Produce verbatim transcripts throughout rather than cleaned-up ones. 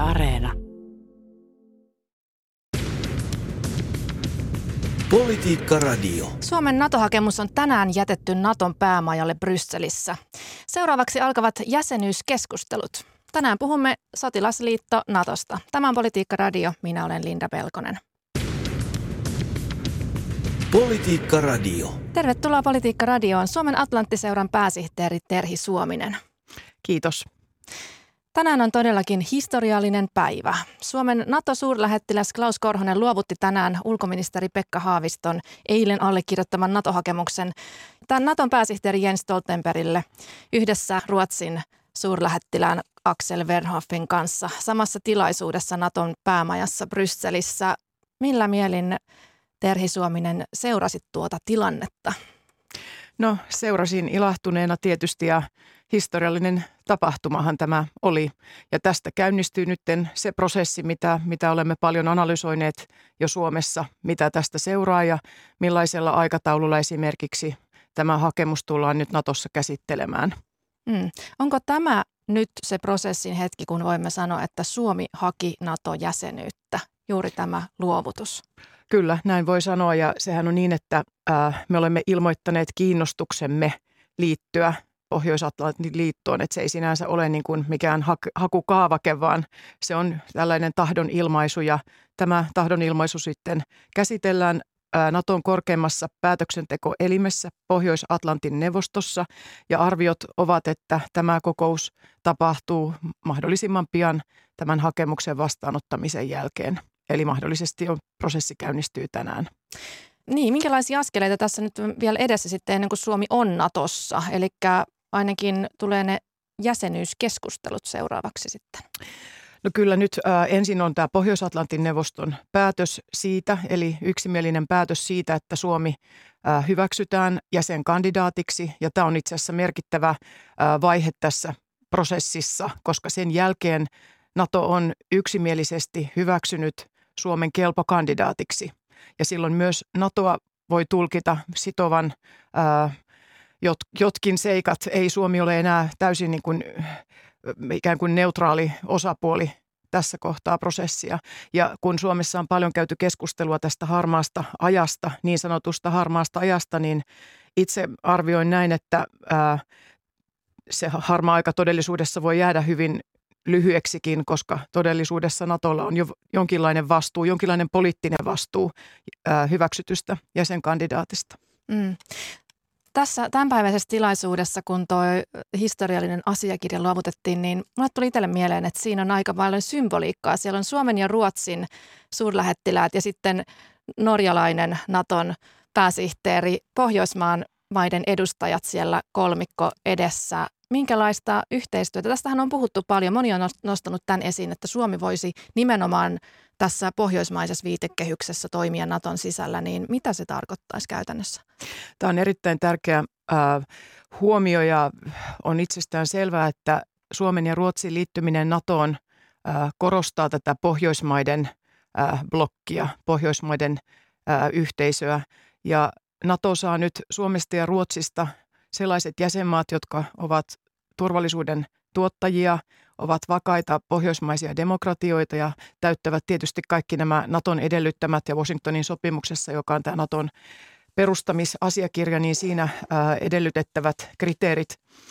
Areena. Politiikka Radio. Suomen NATO-hakemus on tänään jätetty Naton päämajalle Brysselissä. Seuraavaksi alkavat jäsenyyskeskustelut. Tänään puhumme sotilasliitto Natosta. Tämä on Politiikka Radio. Minä olen Linda Pelkonen. Politiikka Radio. Tervetuloa Politiikka Radioon Suomen Atlantti-seuran pääsihteeri Terhi Suominen. Kiitos. Tänään on todellakin historiallinen päivä. Suomen NATO-suurlähettiläs Klaus Korhonen luovutti tänään ulkoministeri Pekka Haaviston eilen allekirjoittaman NATO-hakemuksen tämän Naton pääsihteeri Jens Stoltenbergille yhdessä Ruotsin suurlähettilään Axel Verhoeven kanssa samassa tilaisuudessa Naton päämajassa Brysselissä. Millä mielin, Terhi Suominen, seurasit tuota tilannetta? No, seurasin ilahtuneena tietysti, ja historiallinen tapahtumahan tämä oli. Ja tästä käynnistyy nyt se prosessi, mitä, mitä olemme paljon analysoineet jo Suomessa, mitä tästä seuraa ja millaisella aikataululla esimerkiksi tämä hakemus tullaan nyt Natossa käsittelemään. Mm. Onko tämä nyt se prosessin hetki, kun voimme sanoa, että Suomi haki NATO-jäsenyyttä, juuri tämä luovutus? Kyllä, näin voi sanoa, ja sehän on niin, että ää, me olemme ilmoittaneet kiinnostuksemme liittyä Pohjois-Atlantin liittoon, että se ei sinänsä ole niin kuin mikään hak- hakukaavake, vaan se on tällainen tahdon ilmaisu, ja tämä tahdon ilmaisu sitten käsitellään ää, Naton korkeimmassa päätöksentekoelimessä Pohjois-Atlantin neuvostossa, ja arviot ovat, että tämä kokous tapahtuu mahdollisimman pian tämän hakemuksen vastaanottamisen jälkeen. Eli mahdollisesti jo prosessi käynnistyy tänään. Niin, minkälaisia askeleita tässä nyt vielä edessä sitten ennen kuin Suomi on Natossa? Eli ainakin tulee ne jäsenyyskeskustelut seuraavaksi sitten. No kyllä nyt äh, ensin on tämä Pohjois-Atlantin neuvoston päätös siitä, eli yksimielinen päätös siitä, että Suomi äh, hyväksytään jäsenkandidaatiksi. Ja tämä on itse asiassa merkittävä äh, vaihe tässä prosessissa, koska sen jälkeen NATO on yksimielisesti hyväksynyt Suomen kelpokandidaatiksi. Ja silloin myös NATOa voi tulkita sitovan ää, jot, jotkin seikat. Ei Suomi ole enää täysin niin kuin, ikään kuin neutraali osapuoli tässä kohtaa prosessia. Ja kun Suomessa on paljon käyty keskustelua tästä harmaasta ajasta, niin sanotusta harmaasta ajasta, niin itse arvioin näin, että ää, se harmaa aika todellisuudessa voi jäädä hyvin lyhyeksikin, koska todellisuudessa Natolla on jo jonkinlainen vastuu, jonkinlainen poliittinen vastuu ää, hyväksytystä jäsenkandidaatista. Mm. Tässä tämänpäiväisessä tilaisuudessa, kun tuo historiallinen asiakirja luovutettiin, niin mulle tuli itselle mieleen, että siinä on aika paljon symboliikkaa. Siellä on Suomen ja Ruotsin suurlähettiläät ja sitten norjalainen Naton pääsihteeri, Pohjoismaan maiden edustajat siellä kolmikko edessä. Minkälaista yhteistyötä? Tästähän on puhuttu paljon. Moni on nostanut tämän esiin, että Suomi voisi nimenomaan tässä pohjoismaisessa viitekehyksessä toimia Naton sisällä. Niin mitä se tarkoittaisi käytännössä? Tämä on erittäin tärkeä äh, huomio, ja on itsestään selvää, että Suomen ja Ruotsin liittyminen NATOon äh, korostaa tätä Pohjoismaiden äh, blokkia, Pohjoismaiden äh, yhteisöä. Ja NATO saa nyt Suomesta ja Ruotsista sellaiset jäsenmaat, jotka ovat turvallisuuden tuottajia, ovat vakaita pohjoismaisia demokratioita ja täyttävät tietysti kaikki nämä Naton edellyttämät, ja Washingtonin sopimuksessa, joka on tämä Naton perustamisasiakirja, niin siinä ää, edellytettävät kriteerit.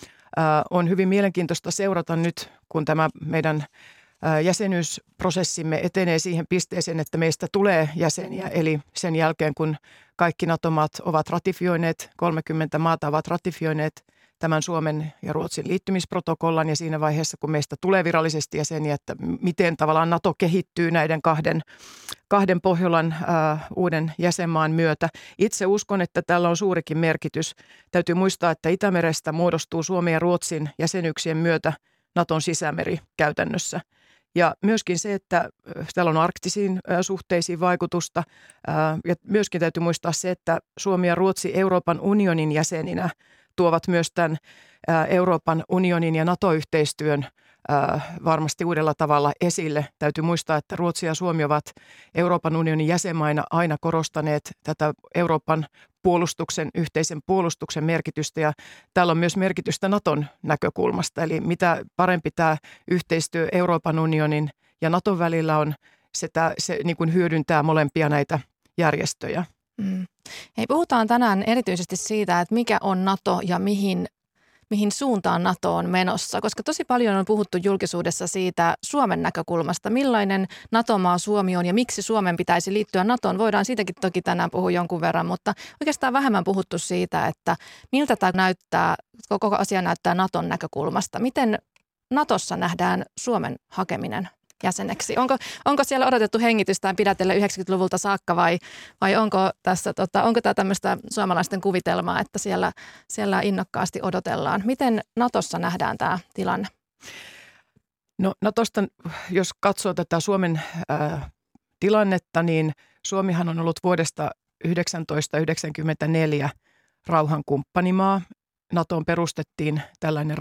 Ää, on hyvin mielenkiintoista seurata nyt, kun tämä meidän ää, jäsenyysprosessimme etenee siihen pisteeseen, että meistä tulee jäseniä. Eli sen jälkeen, kun kaikki NATO-maat ovat ratifioineet, kolmekymmentä maata ovat ratifioineet tämän Suomen ja Ruotsin liittymisprotokollan, ja siinä vaiheessa, kun meistä tulee virallisesti jäseniä, että miten tavallaan NATO kehittyy näiden kahden, kahden Pohjolan äh, uuden jäsenmaan myötä. Itse uskon, että tällä on suurikin merkitys. Täytyy muistaa, että Itämerestä muodostuu Suomen ja Ruotsin jäsenyyksien myötä Naton sisämeri käytännössä. Ja myöskin se, että täällä on arktisiin suhteisiin vaikutusta, ja myöskin täytyy muistaa se, että Suomi ja Ruotsi Euroopan unionin jäseninä tuovat myös tämän Euroopan unionin ja NATO-yhteistyön varmasti uudella tavalla esille. Täytyy muistaa, että Ruotsi ja Suomi ovat Euroopan unionin jäsenmaina aina korostaneet tätä Euroopan puolustuksen, yhteisen puolustuksen merkitystä, ja täällä on myös merkitystä Naton näkökulmasta. Eli mitä parempi tämä yhteistyö Euroopan unionin ja Naton välillä on se, se niin kuin hyödyntää molempia näitä järjestöjä. Mm. Hei, puhutaan tänään erityisesti siitä, että mikä on NATO ja mihin, mihin suuntaan NATO on menossa, koska tosi paljon on puhuttu julkisuudessa siitä Suomen näkökulmasta, millainen NATO-maa Suomi on ja miksi Suomen pitäisi liittyä NATOon. Voidaan siitäkin toki tänään puhua jonkun verran, mutta oikeastaan vähemmän puhuttu siitä, että miltä tämä näyttää, koko asia näyttää NATOn näkökulmasta. Miten NATOssa nähdään Suomen hakeminen jäseneksi? Onko, onko siellä odotettu hengitystään pidätellä yhdeksänkymmentäluvulta saakka vai, vai onko, tässä, tota, onko tämä tämmöistä suomalaisten kuvitelmaa, että siellä, siellä innokkaasti odotellaan? Miten NATOssa nähdään tämä tilanne? No NATOsta, jos katsoo tätä Suomen äh, tilannetta, niin Suomihan on ollut vuodesta tuhatyhdeksänsataayhdeksänkymmentäneljä rauhankumppanimaa. NATOon perustettiin tällainen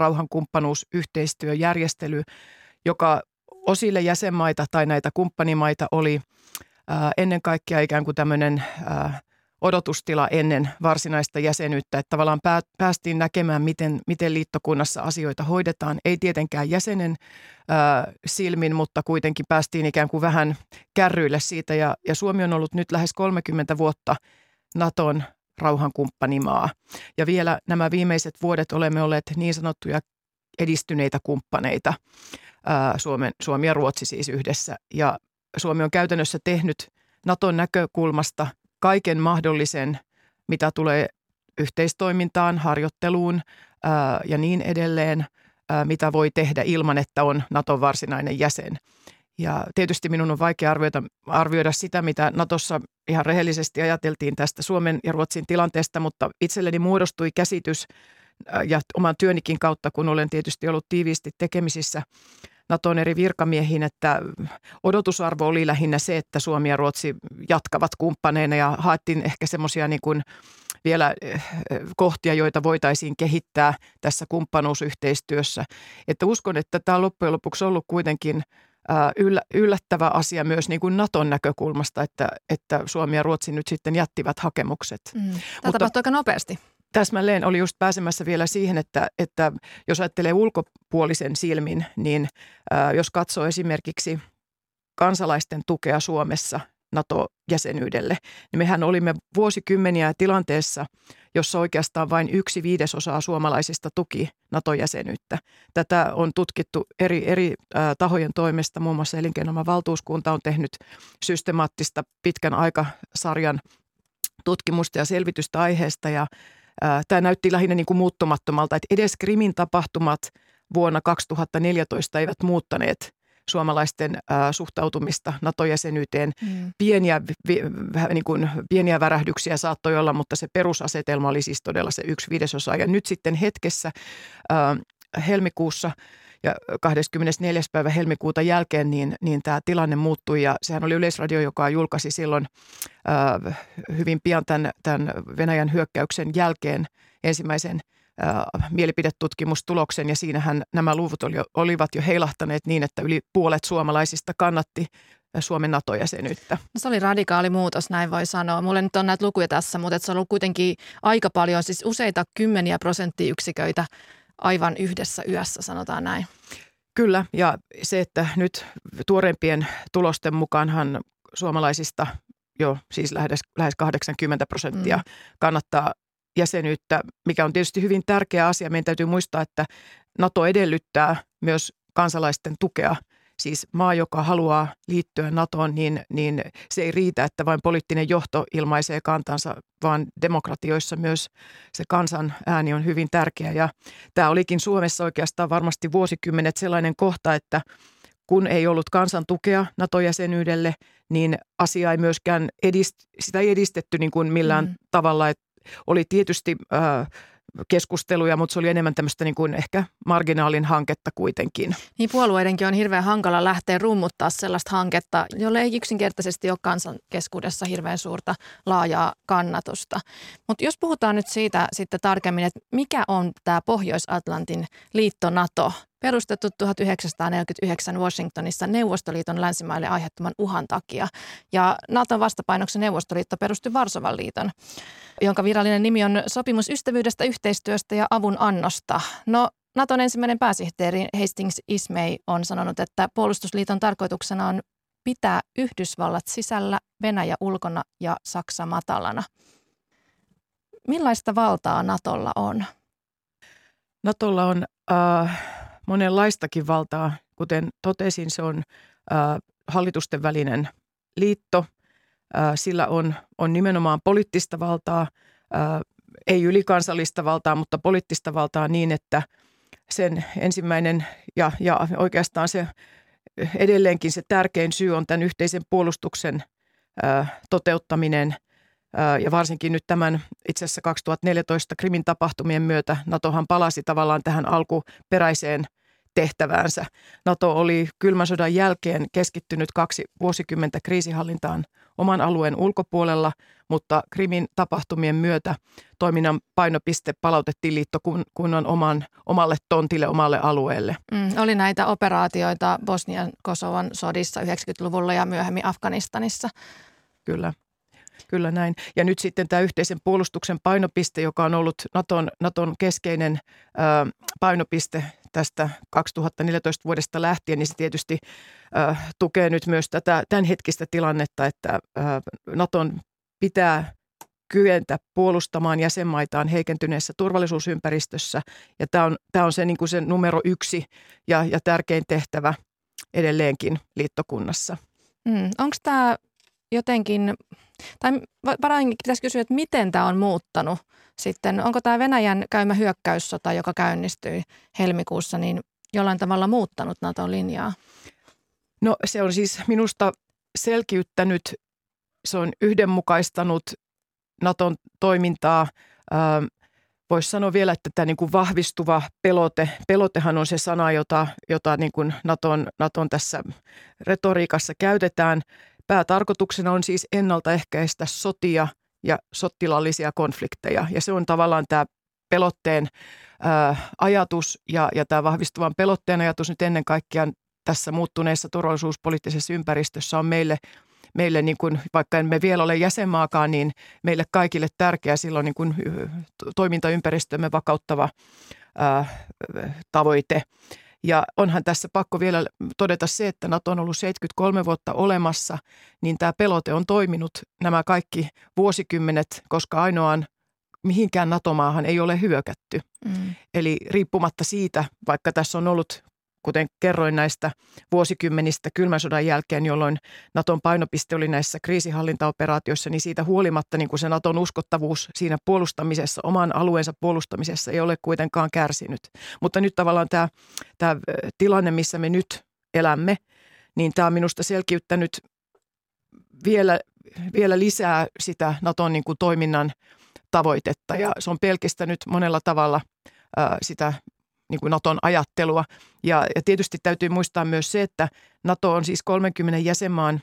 rauhankumppanuusyhteistyöjärjestely, joka osille jäsenmaita tai näitä kumppanimaita oli ää, ennen kaikkea ikään kuin tämmöinen ää, odotustila ennen varsinaista jäsenyyttä, että tavallaan pää, päästiin näkemään, miten, miten liittokunnassa asioita hoidetaan. Ei tietenkään jäsenen ää, silmin, mutta kuitenkin päästiin ikään kuin vähän kärryille siitä ja, ja Suomi on ollut nyt lähes kolmekymmentä vuotta NATOn rauhankumppanimaa. Ja vielä nämä viimeiset vuodet olemme olleet niin sanottuja edistyneitä kumppaneita. Suomen, Suomi ja Ruotsi siis yhdessä. Ja Suomi on käytännössä tehnyt NATOn näkökulmasta kaiken mahdollisen, mitä tulee yhteistoimintaan, harjoitteluun ää, ja niin edelleen, ää, mitä voi tehdä ilman, että on NATOn varsinainen jäsen. Ja tietysti minun on vaikea arvioida, arvioida sitä, mitä NATOssa ihan rehellisesti ajateltiin tästä Suomen ja Ruotsin tilanteesta, mutta itselleni muodostui käsitys ja oman työnikin kautta, kun olen tietysti ollut tiiviisti tekemisissä NATOn eri virkamiehiin, että odotusarvo oli lähinnä se, että Suomi ja Ruotsi jatkavat kumppaneina ja haettiin ehkä semmoisia niin kuin vielä kohtia, joita voitaisiin kehittää tässä kumppanuusyhteistyössä. Että uskon, että tämä on loppujen lopuksi ollut kuitenkin yllättävä asia myös niin kuin NATOn näkökulmasta, että, että Suomi ja Ruotsi nyt sitten jättivät hakemukset. Mm. Tämä tapahtui aika nopeasti. Täsmälleen oli just pääsemässä vielä siihen, että, että jos ajattelee ulkopuolisen silmin, niin ää, jos katsoo esimerkiksi kansalaisten tukea Suomessa NATO-jäsenyydelle, niin mehän olimme vuosikymmeniä tilanteessa, jossa oikeastaan vain yksi viidesosaa suomalaisista tuki NATO-jäsenyyttä. Tätä on tutkittu eri, eri ää, tahojen toimesta, muun muassa elinkeinoelämän valtuuskunta on tehnyt systemaattista pitkän aikasarjan tutkimusta ja selvitystä aiheesta ja tämä näytti lähinnä niin kuin muuttumattomalta, että edes Krimin tapahtumat vuonna kaksituhattaneljätoista eivät muuttaneet suomalaisten ää, suhtautumista NATO-jäsenyyteen. Mm. Pieniä, vi, niin kuin, pieniä värähdyksiä saattoi olla, mutta se perusasetelma oli siis todella se yksi viidesosa. Ja nyt sitten hetkessä ää, helmikuussa ja kahdeskymmenesneljäs päivä helmikuuta jälkeen niin, niin tämä tilanne muuttui ja sehän oli Yleisradio, joka julkaisi silloin äh, hyvin pian tämän, tämän Venäjän hyökkäyksen jälkeen ensimmäisen äh, mielipidetutkimustuloksen ja siinähän nämä luvut oli, olivat jo heilahtaneet niin, että yli puolet suomalaisista kannatti Suomen NATO-jäsenyyttä. No se oli radikaali muutos, näin voi sanoa. Mulla nyt on näitä lukuja tässä, mutta se on ollut kuitenkin aika paljon, siis useita kymmeniä prosenttiyksiköitä aivan yhdessä yössä, sanotaan näin. Kyllä, ja se, että nyt tuoreimpien tulosten mukaanhan suomalaisista jo siis lähes, lähes kahdeksankymmentä prosenttia mm. kannattaa jäsenyyttä, mikä on tietysti hyvin tärkeä asia. Meidän täytyy muistaa, että NATO edellyttää myös kansalaisten tukea. Siis maa, joka haluaa liittyä NATOon, niin, niin se ei riitä, että vain poliittinen johto ilmaisee kantansa, vaan demokratioissa myös se kansan ääni on hyvin tärkeä. Ja tämä olikin Suomessa oikeastaan varmasti vuosikymmenet sellainen kohta, että kun ei ollut kansan tukea NATO-jäsenyydelle, niin asia ei myöskään edist, sitä ei edistetty niin kuin millään mm. tavalla. Että oli tietysti Äh, keskusteluja, mutta se oli enemmän tämmöistä niin kuin ehkä marginaalin hanketta kuitenkin. Niin puolueidenkin on hirveän hankala lähteä rummuttaa sellaista hanketta, jolle ei yksinkertaisesti ole kansan keskuudessa hirveän suurta laajaa kannatusta. Mutta jos puhutaan nyt siitä sitten tarkemmin, että mikä on tämä Pohjois-Atlantin liitto NATO, perustettu tuhatyhdeksänsataaneljäkymmentäyhdeksän Washingtonissa Neuvostoliiton länsimaille aiheuttaman uhan takia. Ja Naton vastapainoksi Neuvostoliitto perustui Varsovan liiton, jonka virallinen nimi on Sopimus ystävyydestä, yhteistyöstä ja avun annosta. No Naton ensimmäinen pääsihteeri Hastings Ismay on sanonut, että puolustusliiton tarkoituksena on pitää Yhdysvallat sisällä, Venäjä ulkona ja Saksa matalana. Millaista valtaa Natolla on? Natolla on äh, monenlaistakin valtaa. Kuten totesin, se on äh, hallitusten välinen liitto. Äh, sillä on, on nimenomaan poliittista valtaa, äh, ei ylikansallista valtaa, mutta poliittista valtaa niin, että sen ensimmäinen ja, ja oikeastaan se edelleenkin se tärkein syy on tämän yhteisen puolustuksen äh, toteuttaminen. Ja varsinkin nyt tämän itse asiassa kaksituhattaneljätoista Krimin tapahtumien myötä NATOhan palasi tavallaan tähän alkuperäiseen tehtäväänsä. NATO oli kylmän sodan jälkeen keskittynyt kaksi vuosikymmentä kriisihallintaan oman alueen ulkopuolella, mutta Krimin tapahtumien myötä toiminnan painopiste palautettiin liittokunnan oman, omalle tontille, omalle alueelle. Mm, oli näitä operaatioita Bosnian Kosovon sodissa yhdeksänkymmentäluvulla ja myöhemmin Afganistanissa. Kyllä. Kyllä näin. Ja nyt sitten tämä yhteisen puolustuksen painopiste, joka on ollut Naton, Naton keskeinen ö, painopiste tästä kaksituhattaneljätoista vuodesta lähtien, niin se tietysti ö, tukee nyt myös tätä tämänhetkistä tilannetta, että ö, Naton pitää kyetä puolustamaan jäsenmaitaan heikentyneessä turvallisuusympäristössä. Ja tämä on, tämä on se, niin kuin se numero yksi ja, ja tärkein tehtävä edelleenkin liittokunnassa. Mm, onko tämä jotenkin, tai paremmin pitäisi kysyä, että miten tämä on muuttanut sitten? Onko tämä Venäjän käymä hyökkäyssota, joka käynnistyi helmikuussa, niin jollain tavalla muuttanut Naton linjaa? No se on siis minusta selkiyttänyt, se on yhdenmukaistanut Naton toimintaa. Ähm, Voisi sanoa vielä, että tämä niin kuin vahvistuva pelote, pelotehan on se sana, jota, jota niin kuin Naton, Naton tässä retoriikassa käytetään. Päätarkoituksena on siis ennaltaehkäistä sotia ja sotilaallisia konflikteja, ja se on tavallaan tämä pelotteen ää, ajatus ja, ja tämä vahvistuvan pelotteen ajatus nyt ennen kaikkea tässä muuttuneessa turvallisuuspoliittisessa ympäristössä on meille, meille niin kuin, vaikka emme vielä ole jäsenmaakaan, niin meille kaikille tärkeä silloin niin kuin toimintaympäristömme vakauttava ää, tavoite. Ja onhan tässä pakko vielä todeta se, että NATO on ollut seitsemänkymmentäkolme vuotta olemassa, niin tämä pelote on toiminut nämä kaikki vuosikymmenet, koska ainoaan mihinkään NATO-maahan ei ole hyökätty. Mm. Eli riippumatta siitä, vaikka tässä on ollut, kuten kerroin näistä vuosikymmenistä kylmän sodan jälkeen, jolloin Naton painopiste oli näissä kriisinhallintaoperaatioissa, niin siitä huolimatta niin kuin se Naton uskottavuus siinä puolustamisessa, oman alueensa puolustamisessa ei ole kuitenkaan kärsinyt. Mutta nyt tavallaan tämä, tämä tilanne, missä me nyt elämme, niin tämä on minusta selkiyttänyt vielä, vielä lisää sitä Naton niin kuin toiminnan tavoitetta, ja se on pelkistänyt monella tavalla ää, sitä niin kuin Naton ajattelua. Ja, ja tietysti täytyy muistaa myös se, että NATO on siis kolmenkymmenen jäsenmaan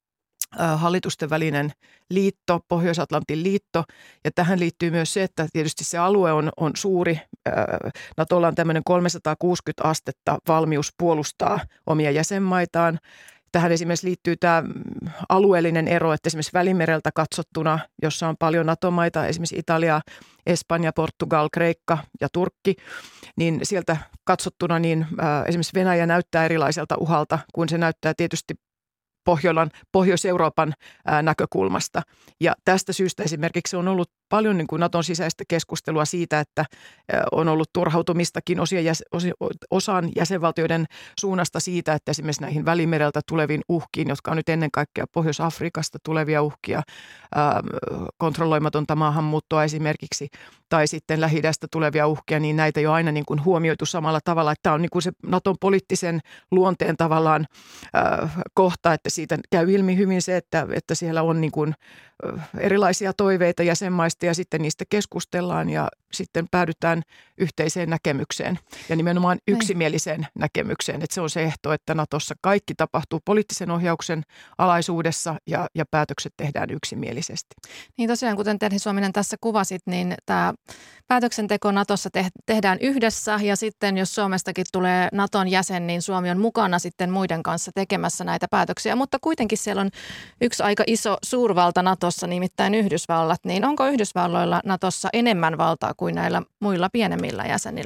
ä, hallitusten välinen liitto, Pohjois-Atlantin liitto. Ja tähän liittyy myös se, että tietysti se alue on, on suuri. Ä, NATOlla on tämmöinen kolmesataakuusikymmentä astetta valmius puolustaa omia jäsenmaitaan. Tähän esimerkiksi liittyy tämä alueellinen ero, että esimerkiksi Välimereltä katsottuna, jossa on paljon NATO-maita, esimerkiksi Italia, Espanja, Portugal, Kreikka ja Turkki, niin sieltä katsottuna niin äh, esimerkiksi Venäjä näyttää erilaiselta uhalta, kuin se näyttää tietysti Pohjolan, Pohjois-Euroopan ää, näkökulmasta. Ja tästä syystä esimerkiksi on ollut paljon niin kuin Naton sisäistä keskustelua siitä, että ää, on ollut turhautumistakin osien jäs, osi, osan jäsenvaltioiden suunnasta siitä, että esimerkiksi näihin Välimereltä tuleviin uhkiin, jotka on nyt ennen kaikkea Pohjois-Afrikasta tulevia uhkia, ää, kontrolloimatonta maahanmuuttoa esimerkiksi, tai sitten Lähi-idästä tulevia uhkia, niin näitä ei ole aina niin kuin huomioitu samalla tavalla. Että tämä on niin kuin se Naton poliittisen luonteen tavallaan ää, kohta, että siitä käy ilmi hyvin se, että, että siellä on niin kuin erilaisia toiveita jäsenmaista ja sitten niistä keskustellaan ja sitten päädytään yhteiseen näkemykseen ja nimenomaan yksimieliseen näkemykseen. Että se on se ehto, että Natossa kaikki tapahtuu poliittisen ohjauksen alaisuudessa ja, ja päätökset tehdään yksimielisesti. Niin tosiaan, kuten Terhi Suominen tässä kuvasit, niin tämä päätöksenteko Natossa te- tehdään yhdessä ja sitten jos Suomestakin tulee Naton jäsen, niin Suomi on mukana sitten muiden kanssa tekemässä näitä päätöksiä. Mutta kuitenkin siellä on yksi aika iso suurvalta Natossa, nimittäin Yhdysvallat. Niin onko Yhdysvalloilla Natossa enemmän valtaa kuin näillä muilla pienemmillä jäsenillä?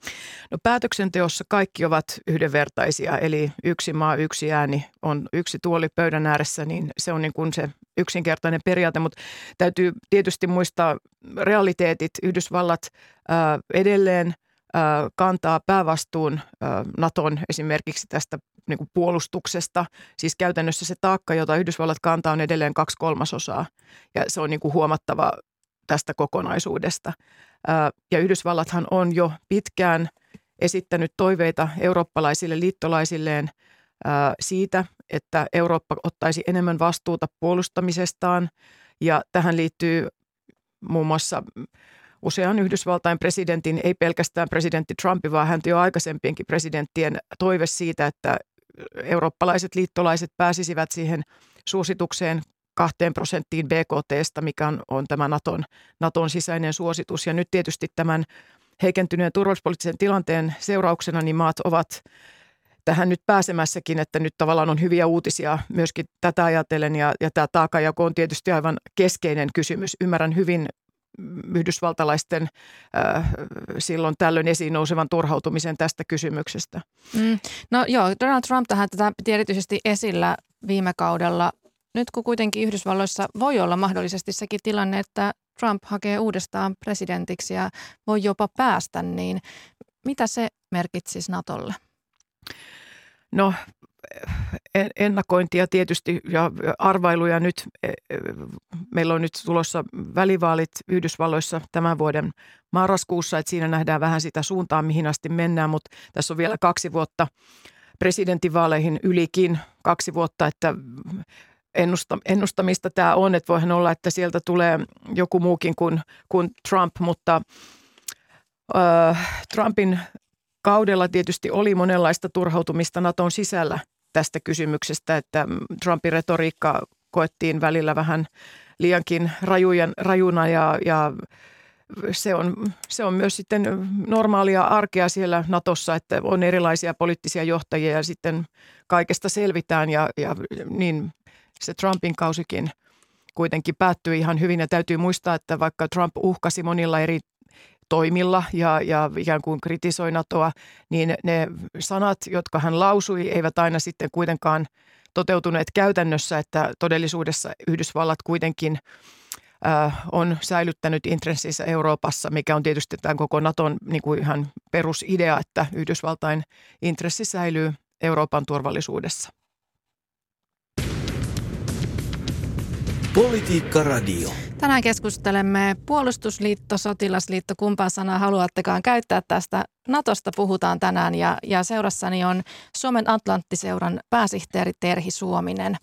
No päätöksenteossa kaikki ovat yhdenvertaisia, eli yksi maa, yksi ääni on yksi tuoli pöydän ääressä, niin se on niin kuin se yksinkertainen periaate, mutta täytyy tietysti muistaa realiteetit. Yhdysvallat ää, edelleen ää, kantaa päävastuun ää, Naton esimerkiksi tästä niin kuin puolustuksesta. Siis käytännössä se taakka, jota Yhdysvallat kantaa, on edelleen kaksi kolmasosaa ja se on niin kuin huomattava tästä kokonaisuudesta. Ää, ja Yhdysvallathan on jo pitkään esittänyt toiveita eurooppalaisille liittolaisilleen ää, siitä, että Eurooppa ottaisi enemmän vastuuta puolustamisestaan. Ja tähän liittyy muun muassa usean Yhdysvaltain presidentin, ei pelkästään presidentti Trumpin, vaan häntä jo aikaisempienkin presidenttien toive siitä, että eurooppalaiset liittolaiset pääsisivät siihen suositukseen kahteen prosenttiin B K T:stä, mikä on, on tämä Naton, Naton sisäinen suositus. Ja nyt tietysti tämän heikentyneen turvallisuuspoliittisen tilanteen seurauksena niin maat ovat tähän nyt pääsemässäkin, että nyt tavallaan on hyviä uutisia myöskin tätä ajatellen. Ja, ja tämä taakanjako on tietysti aivan keskeinen kysymys. Ymmärrän hyvin yhdysvaltalaisten äh, silloin tällöin esiin nousevan turhautumisen tästä kysymyksestä. Mm. No joo, Donald Trump tähän tätä piti erityisesti esillä viime kaudella. Nyt kun kuitenkin Yhdysvalloissa voi olla mahdollisesti sekin tilanne, että Trump hakee uudestaan presidentiksi ja voi jopa päästä, niin mitä se merkitsisi Natolle? No ennakointia tietysti ja arvailuja nyt. Meillä on nyt tulossa välivaalit Yhdysvalloissa tämän vuoden marraskuussa, että siinä nähdään vähän sitä suuntaa, mihin asti mennään, mutta tässä on vielä kaksi vuotta presidentinvaaleihin ylikin kaksi vuotta, että Ennusta, ennustamista tämä on, että voihan olla, että sieltä tulee joku muukin kuin, kuin Trump, mutta äh, Trumpin kaudella tietysti oli monenlaista turhautumista Naton sisällä tästä kysymyksestä, että Trumpin retoriikka koettiin välillä vähän liiankin rajujen, rajuna ja, ja se on, se on myös sitten normaalia arkea siellä Natossa, että on erilaisia poliittisia johtajia ja sitten kaikesta selvitään ja, ja niin se Trumpin kausikin kuitenkin päättyi ihan hyvin ja täytyy muistaa, että vaikka Trump uhkasi monilla eri toimilla ja, ja ikään kuin kritisoi NATOa, niin ne sanat, jotka hän lausui, eivät aina sitten kuitenkaan toteutuneet käytännössä, että todellisuudessa Yhdysvallat kuitenkin äh, on säilyttänyt intressinsä Euroopassa, mikä on tietysti tämän koko NATOn niin kuin ihan perusidea, että Yhdysvaltain intressi säilyy Euroopan turvallisuudessa. Politiikka Radio. Tänään keskustelemme puolustusliitto, sotilasliitto, kumpaa sanaa haluattekaan käyttää tästä. Natosta puhutaan tänään ja, ja seurassani on Suomen Atlantti-seuran pääsihteeri Terhi Suominen.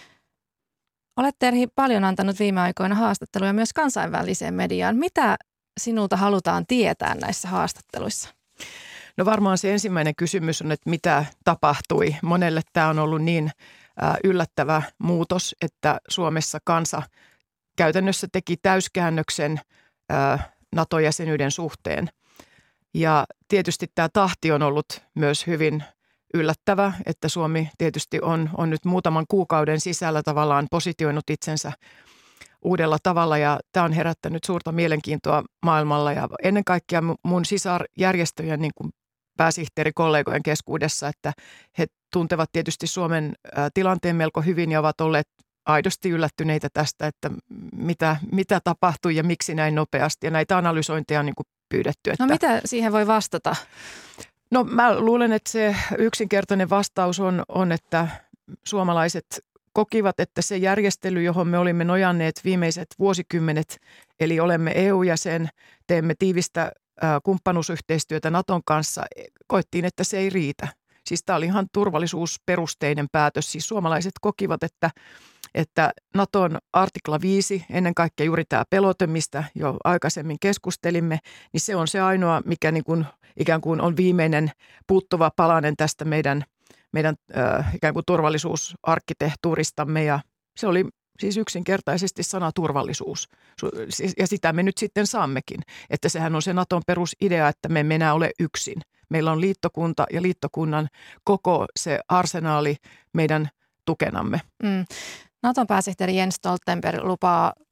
Olet Terhi paljon antanut viime aikoina haastatteluja myös kansainväliseen mediaan. Mitä sinulta halutaan tietää näissä haastatteluissa? No varmaan se ensimmäinen kysymys on, että mitä tapahtui. Monelle tämä on ollut niin yllättävä muutos, että Suomessa kansa käytännössä teki täyskäännöksen NATO-jäsenyyden suhteen. Ja tietysti tämä tahti on ollut myös hyvin yllättävä, että Suomi tietysti on, on nyt muutaman kuukauden sisällä tavallaan positioinut itsensä uudella tavalla ja tämä on herättänyt suurta mielenkiintoa maailmalla ja ennen kaikkea mun sisarjärjestöjen niin kuin pääsihteerikollegojen keskuudessa, että he tuntevat tietysti Suomen tilanteen melko hyvin ja ovat olleet aidosti yllättyneitä tästä, että mitä, mitä tapahtui ja miksi näin nopeasti. Ja näitä analysointeja on niin kuin pyydetty. Että... No mitä siihen voi vastata? No mä luulen, että se yksinkertainen vastaus on, on, että suomalaiset kokivat, että se järjestely, johon me olimme nojanneet viimeiset vuosikymmenet, eli olemme E U-jäsen, teemme tiivistä kumppanuusyhteistyötä Naton kanssa, koettiin, että se ei riitä. Siis tämä oli ihan turvallisuusperusteinen päätös. Siis suomalaiset kokivat, että, että Naton artikla viisi, ennen kaikkea juuri tämä pelote, mistä jo aikaisemmin keskustelimme, niin se on se ainoa, mikä niin kuin, ikään kuin on viimeinen puuttuva palanen tästä meidän, meidän äh, ikään kuin turvallisuusarkkitehtuuristamme ja se oli siis yksinkertaisesti sana turvallisuus. Ja sitä me nyt sitten saammekin, että sehän on se Naton perusidea, että me emme enää ole yksin. Meillä on liittokunta ja liittokunnan koko se arsenaali meidän tukenamme. Mm. Naton pääsihteeri Jens Stoltenberg lupaa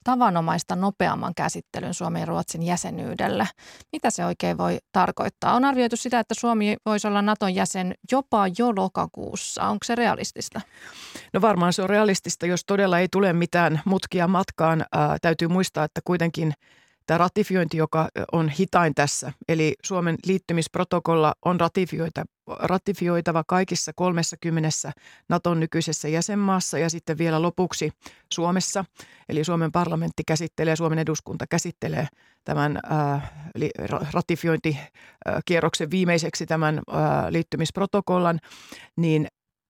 tavanomaista nopeamman käsittelyn Suomen ja Ruotsin jäsenyydelle. Mitä se oikein voi tarkoittaa? On arvioitu sitä, että Suomi voisi olla Naton jäsen jopa jo lokakuussa. Onko se realistista? No varmaan se on realistista, jos todella ei tule mitään mutkia matkaan. Ää, täytyy muistaa, että kuitenkin tämä ratifiointi, joka on hitain tässä, eli Suomen liittymisprotokolla on ratifioita, ratifioitava kaikissa kolmessakymmenessä Naton nykyisessä jäsenmaassa ja sitten vielä lopuksi Suomessa. Eli Suomen parlamentti käsittelee, Suomen eduskunta käsittelee tämän ää, ratifiointikierroksen viimeiseksi tämän ää, liittymisprotokollan, niin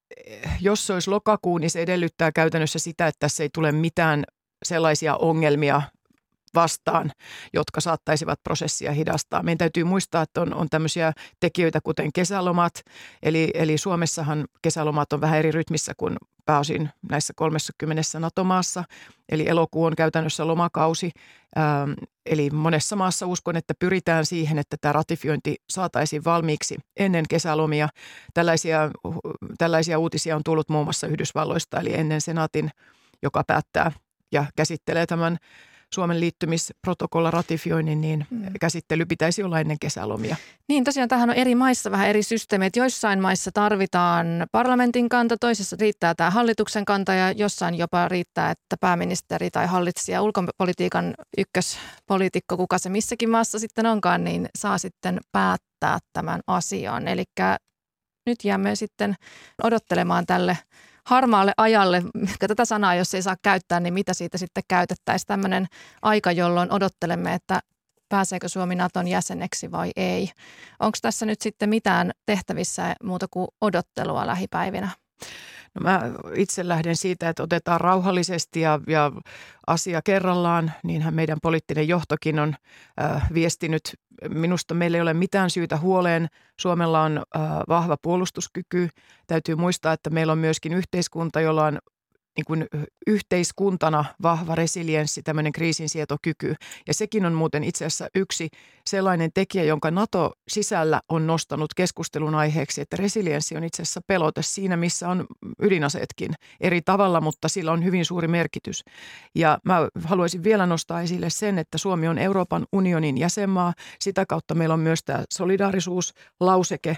jos se olisi lokakuu, niin se edellyttää käytännössä sitä, että tässä ei tule mitään sellaisia ongelmia vastaan, jotka saattaisivat prosessia hidastaa. Meidän täytyy muistaa, että on, on tämmöisiä tekijöitä kuten kesälomat, eli, eli Suomessahan kesälomat on vähän eri rytmissä kuin pääosin näissä kolmessakymmenessä NATO-maassa, eli elokuu on käytännössä lomakausi, ähm, eli monessa maassa uskon, että pyritään siihen, että tämä ratifiointi saataisiin valmiiksi ennen kesälomia. Tällaisia, tällaisia uutisia on tullut muun muassa Yhdysvalloista, eli ennen senaatin, joka päättää ja käsittelee tämän Suomen liittymisprotokolla ratifioinnin, niin mm. käsittely pitäisi olla ennen kesälomia. Niin, tosiaan tähän on eri maissa vähän eri systeemit. Joissain maissa tarvitaan parlamentin kanta, toisessa riittää tämä hallituksen kanta ja jossain jopa riittää, että pääministeri tai hallitsija, ulkopolitiikan ykköspoliitikko, kuka se missäkin maassa sitten onkaan, niin saa sitten päättää tämän asian. Eli nyt jäämme sitten odottelemaan tälle harmaalle ajalle, tätä sanaa jos ei saa käyttää, niin mitä siitä sitten käytettäisiin, tämmöinen aika, jolloin odottelemme, että pääseekö Suomi Naton jäseneksi vai ei. Onko tässä nyt sitten mitään tehtävissä muuta kuin odottelua lähipäivinä? No mä itse lähden siitä, että otetaan rauhallisesti ja, ja asia kerrallaan, niinhän meidän poliittinen johtokin on äh, viestinyt. Minusta meillä ei ole mitään syytä huoleen. Suomella on äh, vahva puolustuskyky. Täytyy muistaa, että meillä on myöskin yhteiskunta, jolla on niin kuin yhteiskuntana vahva resilienssi, tämmöinen kriisinsietokyky. Ja sekin on muuten itse asiassa yksi sellainen tekijä, jonka NATO sisällä on nostanut keskustelun aiheeksi, että resilienssi on itse asiassa pelote siinä, missä on ydinaseetkin eri tavalla, mutta sillä on hyvin suuri merkitys. Ja mä haluaisin vielä nostaa esille sen, että Suomi on Euroopan unionin jäsenmaa. Sitä kautta meillä on myös tämä solidaarisuuslauseke,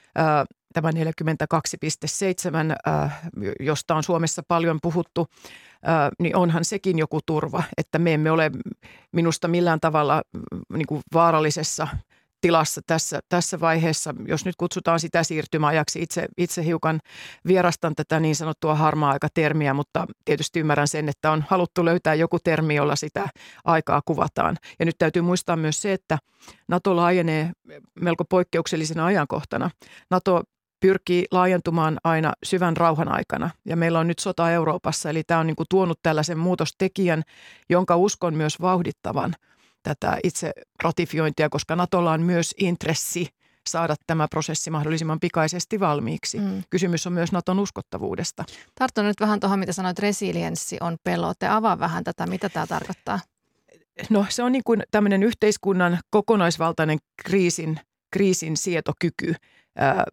tämä neljäkymmentäkaksi piste seitsemän, josta on Suomessa paljon puhuttu, niin onhan sekin joku turva, että me emme ole minusta millään tavalla niin kuin vaarallisessa tilassa tässä, tässä vaiheessa. Jos nyt kutsutaan sitä siirtymäajaksi, itse, itse hiukan vierastan tätä niin sanottua harmaa-aikatermiä, mutta tietysti ymmärrän sen, että on haluttu löytää joku termi, jolla sitä aikaa kuvataan. Ja nyt täytyy muistaa myös se, että NATO laajenee melko poikkeuksellisena ajankohtana. NATO pyrkii laajentumaan aina syvän rauhan aikana ja meillä on nyt sota Euroopassa, eli tämä on niin kuin tuonut tällaisen muutostekijän, jonka uskon myös vauhdittavan tätä itse ratifiointia, koska NATOlla on myös intressi saada tämä prosessi mahdollisimman pikaisesti valmiiksi. Mm. Kysymys on myös NATOn uskottavuudesta. Tartun nyt vähän tuohon, mitä sanoit, resilienssi on pelote. Avaa vähän tätä, mitä tämä tarkoittaa? No se on niin kuin tämmöinen yhteiskunnan kokonaisvaltainen kriisin, kriisin sietokyky. Ää,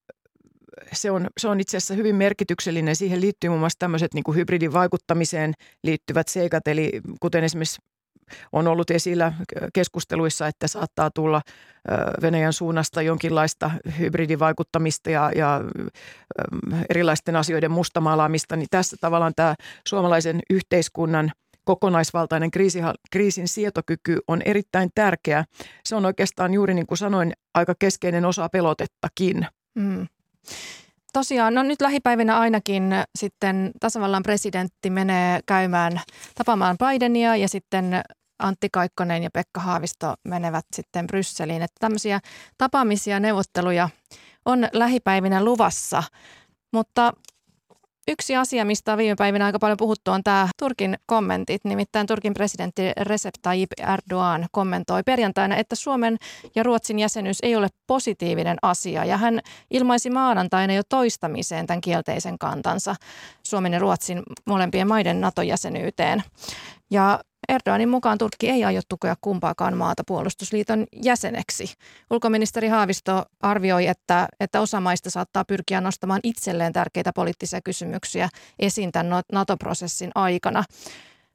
Se on, se on itse asiassa hyvin merkityksellinen. Siihen liittyy muun muassa tämmöiset niin kuin hybridivaikuttamiseen liittyvät seikat, eli kuten esimerkiksi on ollut esillä keskusteluissa, että saattaa tulla Venäjän suunnasta jonkinlaista hybridivaikuttamista ja, ja erilaisten asioiden mustamaalaamista, niin tässä tavallaan tämä suomalaisen yhteiskunnan kokonaisvaltainen kriisi, kriisin sietokyky on erittäin tärkeä. Se on oikeastaan juuri niin kuin sanoin, aika keskeinen osa pelotettakin. Mm. Tosiaan, no nyt lähipäivinä ainakin sitten tasavallan presidentti menee käymään tapaamaan Bidenia ja sitten Antti Kaikkonen ja Pekka Haavisto menevät sitten Brysseliin. Että tämmöisiä tapaamisia, neuvotteluja on lähipäivinä luvassa, mutta yksi asia, mistä on viime päivinä aika paljon puhuttu, on tämä Turkin kommentit. Nimittäin Turkin presidentti Recep Tayyip Erdoğan kommentoi perjantaina, että Suomen ja Ruotsin jäsenyys ei ole positiivinen asia. Ja hän ilmaisi maanantaina jo toistamiseen tämän kielteisen kantansa Suomen ja Ruotsin molempien maiden NATO-jäsenyyteen. Ja Erdoğanin mukaan Turkki ei aio tukea kumpaakaan maata puolustusliiton jäseneksi. Ulkoministeri Haavisto arvioi, että, että osa maista saattaa pyrkiä nostamaan itselleen tärkeitä poliittisia kysymyksiä esiin tämän NATO-prosessin aikana.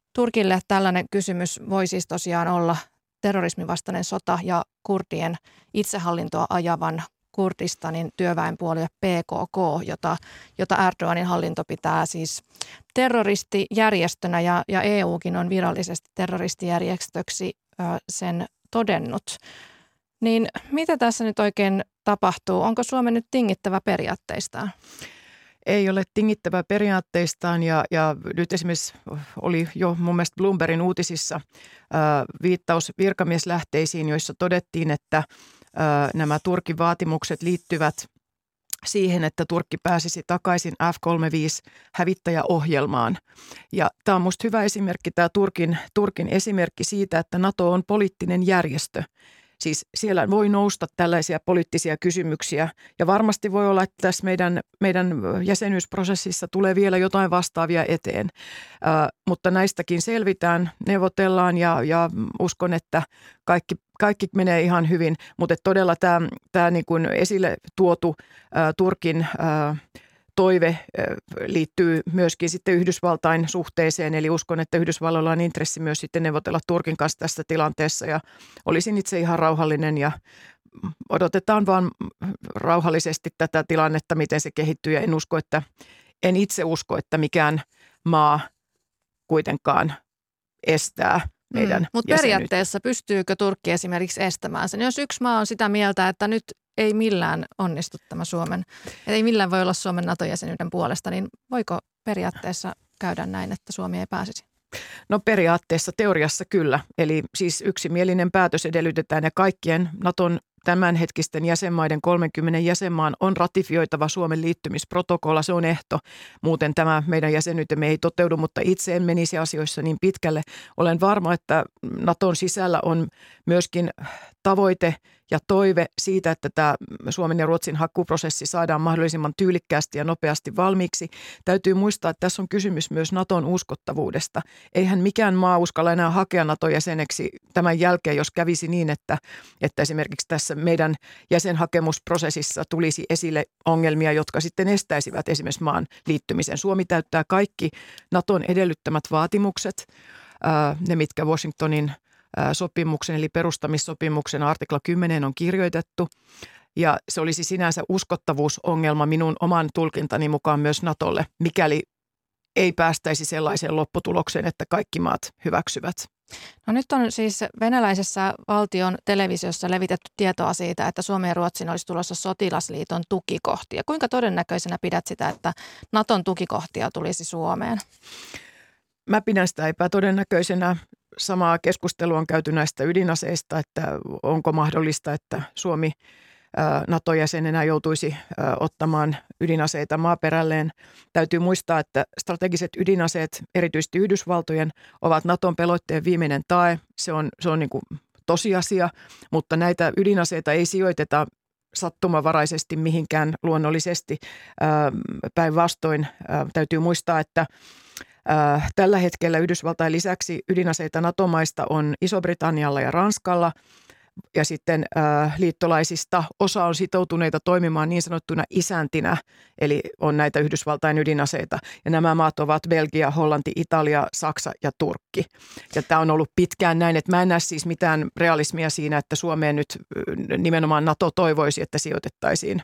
Turkille tällainen kysymys voi siis tosiaan olla terrorismin vastainen sota ja kurdien itsehallintoa ajavan Kurdistanin työväenpuolue P K K, jota, jota Erdoganin hallinto pitää siis terroristijärjestönä ja, ja E Ukin on virallisesti terroristijärjestöksi ö, sen todennut. Niin mitä tässä nyt oikein tapahtuu? Onko Suomen nyt tingittävä periaatteistaan? Ei ole tingittävä periaatteistaan ja, ja nyt esimerkiksi oli jo mun mielestä Bloombergin uutisissa ää, viittaus virkamieslähteisiin, joissa todettiin, että ää, nämä Turkin vaatimukset liittyvät siihen, että Turkki pääsisi takaisin F kolmekymmentäviisi-hävittäjäohjelmaan. Ja tämä on musta hyvä esimerkki, tämä Turkin, Turkin esimerkki siitä, että NATO on poliittinen järjestö. Siis siellä voi nousta tällaisia poliittisia kysymyksiä ja varmasti voi olla, että tässä meidän, meidän jäsenyysprosessissa tulee vielä jotain vastaavia eteen. Äh, mutta näistäkin selvitään, neuvotellaan ja, ja uskon, että kaikki, kaikki menee ihan hyvin. Mutta todella tämä, tämä niin kuin esille tuotu äh, Turkin äh, toive liittyy myöskin sitten Yhdysvaltain suhteeseen, eli uskon, että Yhdysvalloilla on intressi myös sitten neuvotella Turkin kanssa tässä tilanteessa ja olisin itse ihan rauhallinen ja odotetaan vaan rauhallisesti tätä tilannetta, miten se kehittyy ja en usko, että, en itse usko, että mikään maa kuitenkaan estää meidän mm, Mutta periaatteessa pystyykö Turkki esimerkiksi estämään sen? Jos yksi maa on sitä mieltä, että nyt ei millään onnistu tämä Suomen, ei millään voi olla Suomen NATO-jäsenyyden puolesta, niin voiko periaatteessa käydä näin, että Suomi ei pääsisi? No periaatteessa, teoriassa kyllä. Eli siis yksimielinen päätös edellytetään ja kaikkien Naton tämänhetkisten jäsenmaiden kolmenkymmenen jäsenmaan on ratifioitava Suomen liittymisprotokolla. Se on ehto. Muuten tämä meidän jäsenyytemme ei toteudu, mutta itse en menisi asioissa niin pitkälle. Olen varma, että Naton sisällä on myöskin tavoite ja toive siitä, että tämä Suomen ja Ruotsin hakuprosessi saadaan mahdollisimman tyylikkäästi ja nopeasti valmiiksi. Täytyy muistaa, että tässä on kysymys myös Naton uskottavuudesta. Eihän mikään maa uskalla enää hakea NATO-jäseneksi tämän jälkeen, jos kävisi niin, että, että esimerkiksi tässä meidän jäsenhakemusprosessissa tulisi esille ongelmia, jotka sitten estäisivät esimerkiksi maan liittymisen. Suomi täyttää kaikki Naton edellyttämät vaatimukset, ne mitkä Washingtonin sopimuksen eli perustamissopimuksen artikla kymmenen on kirjoitettu ja se olisi sinänsä uskottavuusongelma minun oman tulkintani mukaan myös Natolle, mikäli ei päästäisi sellaiseen lopputulokseen, että kaikki maat hyväksyvät. No nyt on siis venäläisessä valtion televisiossa levitetty tietoa siitä, että Suomen ja Ruotsin olisi tulossa sotilasliiton tukikohtia. Kuinka todennäköisenä pidät sitä, että Naton tukikohtia tulisi Suomeen? Mä pidän sitä epätodennäköisenä. Samaa keskustelua on käyty näistä ydinaseista, että onko mahdollista, että Suomi NATO-jäsenenä joutuisi ottamaan ydinaseita maaperälleen. Täytyy muistaa, että strategiset ydinaseet, erityisesti Yhdysvaltojen, ovat Naton pelotteen viimeinen tae. Se on, se on niin kuin tosiasia, mutta näitä ydinaseita ei sijoiteta sattumavaraisesti mihinkään luonnollisesti. Päinvastoin täytyy muistaa, että tällä hetkellä Yhdysvaltain lisäksi ydinaseita NATO-maista on Iso-Britannialla ja Ranskalla ja sitten äh, liittolaisista osa on sitoutuneita toimimaan niin sanottuina isäntinä, eli on näitä Yhdysvaltain ydinaseita. Ja nämä maat ovat Belgia, Hollanti, Italia, Saksa ja Turkki. Ja tämä on ollut pitkään näin, että mä en näe siis mitään realismia siinä, että Suomeen nyt nimenomaan NATO toivoisi, että sijoitettaisiin.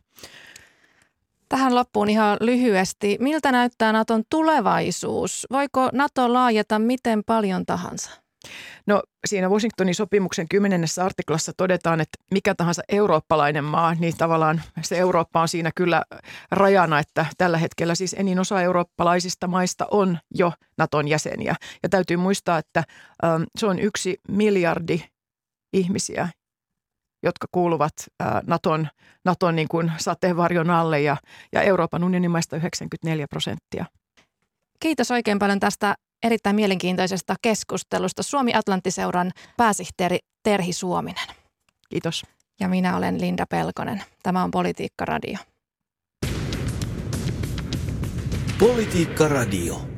Tähän loppuun ihan lyhyesti. Miltä näyttää Naton tulevaisuus? Voiko NATO laajeta miten paljon tahansa? No siinä Washingtonin sopimuksen kymmenennessä artiklassa todetaan, että mikä tahansa eurooppalainen maa, niin tavallaan se Eurooppa on siinä kyllä rajana, että tällä hetkellä siis enin osa eurooppalaisista maista on jo Naton jäseniä. Ja täytyy muistaa, että ähm, se on yksi miljardi ihmisiä, jotka kuuluvat ää, Naton, Naton niin kuin sateenvarjon alle ja, ja Euroopan unionin maista yhdeksänkymmentäneljä prosenttia. Kiitos oikein paljon tästä erittäin mielenkiintoisesta keskustelusta. Suomi-Atlantti-seuran pääsihteeri Terhi Suominen. Kiitos. Ja minä olen Linda Pelkonen. Tämä on Politiikka Radio. Politiikka Radio.